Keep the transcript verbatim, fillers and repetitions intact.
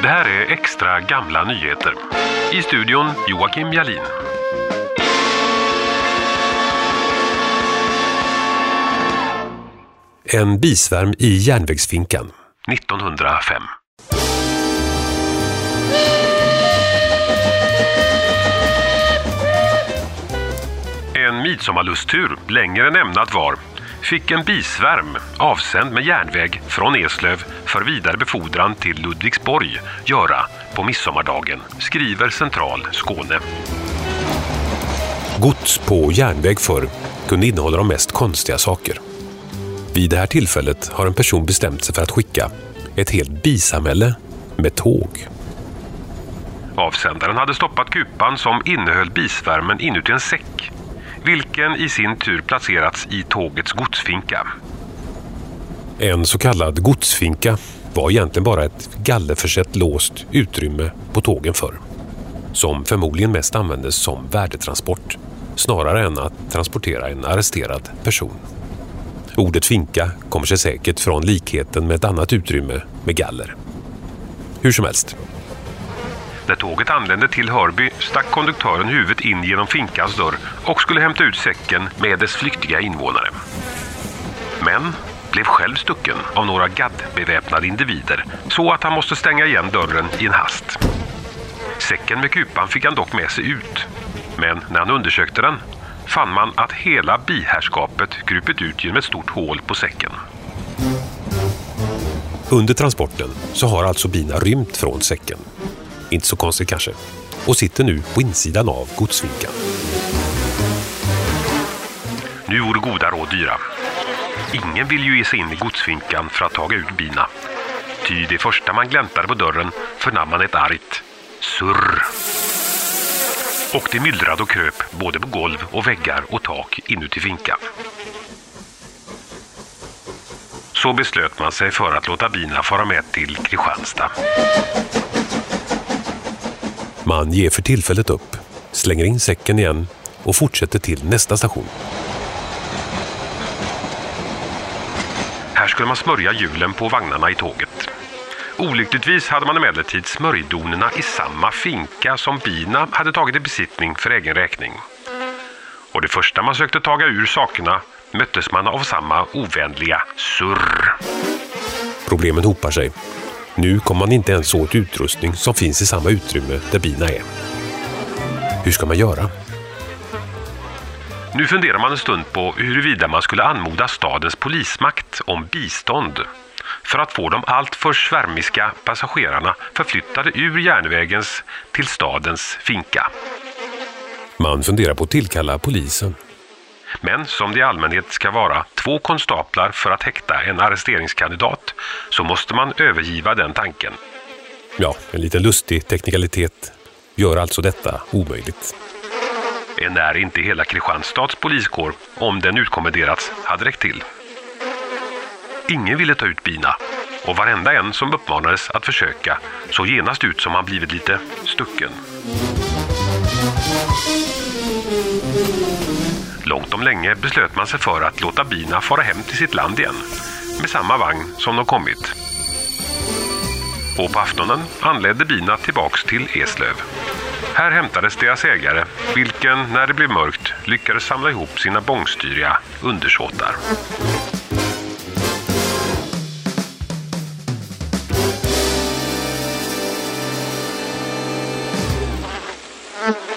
Det här är extra gamla nyheter. I studion Joakim Jalin. En bisvärm i järnvägsfinkan. nittonhundrafem. En midsommarlusttur, längre än ämnat var, fick en bisvärm avsänd med järnväg från Eslöv för vidare befordran till Ludvigsborg göra på midsommardagen, skriver Central Skåne. Gods på järnväg förr kunde innehålla de mest konstiga saker. Vid det här tillfället har en person bestämt sig för att skicka ett helt bisamhälle med tåg. Avsändaren hade stoppat kupan som innehöll bisvärmen inuti en säck, vilken i sin tur placerats i tågets godsfinka. En så kallad godsfinka var egentligen bara ett gallerförsett låst utrymme på tågen förr, som förmodligen mest användes som värdetransport, snarare än att transportera en arresterad person. Ordet finka kommer sig säkert från likheten med ett annat utrymme med galler. Hur som helst. När tåget anlände till Hörby stack konduktören huvudet in genom finkans dörr och skulle hämta ut säcken med dess flyktiga invånare. Men blev själv stucken av några gaddbeväpnade individer så att han måste stänga igen dörren i en hast. Säcken med kupan fick han dock med sig ut. Men när han undersökte den fann man att hela bihärskapet krupit ut genom ett stort hål på säcken. Under transporten så har alltså bina rymt från säcken. Inte så konstigt kanske. Och sitter nu på insidan av godsfinkan. Nu vore goda råd dyra. Ingen vill ju ge sig in i godsfinkan för att taga ut bina. Ty det första man gläntade på dörren förnam man ett argt surr. Och det myllrade och kröp både på golv och väggar och tak inuti finkan. Så beslöt man sig för att låta bina fara med till Kristianstad. Man ger för tillfället upp, slänger in säcken igen och fortsätter till nästa station. Här skulle man smörja hjulen på vagnarna i tåget. Olyckligtvis hade man emellertid smörjdonerna i samma finka som bina hade tagit i besittning för egen räkning. Och det första man sökte taga ur sakerna möttes man av samma ovänliga surr. Problemen hopar sig. Nu kommer man inte ens åt utrustning som finns i samma utrymme där bina är. Hur ska man göra? Nu funderar man en stund på huruvida man skulle anmoda stadens polismakt om bistånd för att få de alltför svärmiska passagerarna förflyttade ur järnvägens till stadens finka. Man funderar på att tillkalla polisen. Men som det i allmänhet ska vara två konstaplar för att häkta en arresteringskandidat så måste man övergiva den tanken. Ja, en liten lustig teknikalitet gör alltså detta omöjligt. En är inte hela Kristianstads poliskår, om den utkommenderats, hade räckt till. Ingen ville ta ut bina och varenda en som uppmanades att försöka så genast ut som han blivit lite stucken. Långt om länge beslöt man sig för att låta bina fara hem till sitt land igen med samma vagn som de kommit. Och på aftonen anledde bina tillbaks till Eslöv. Här hämtades deras ägare, vilken när det blev mörkt lyckades samla ihop sina bångstyriga undersåtar. Mm.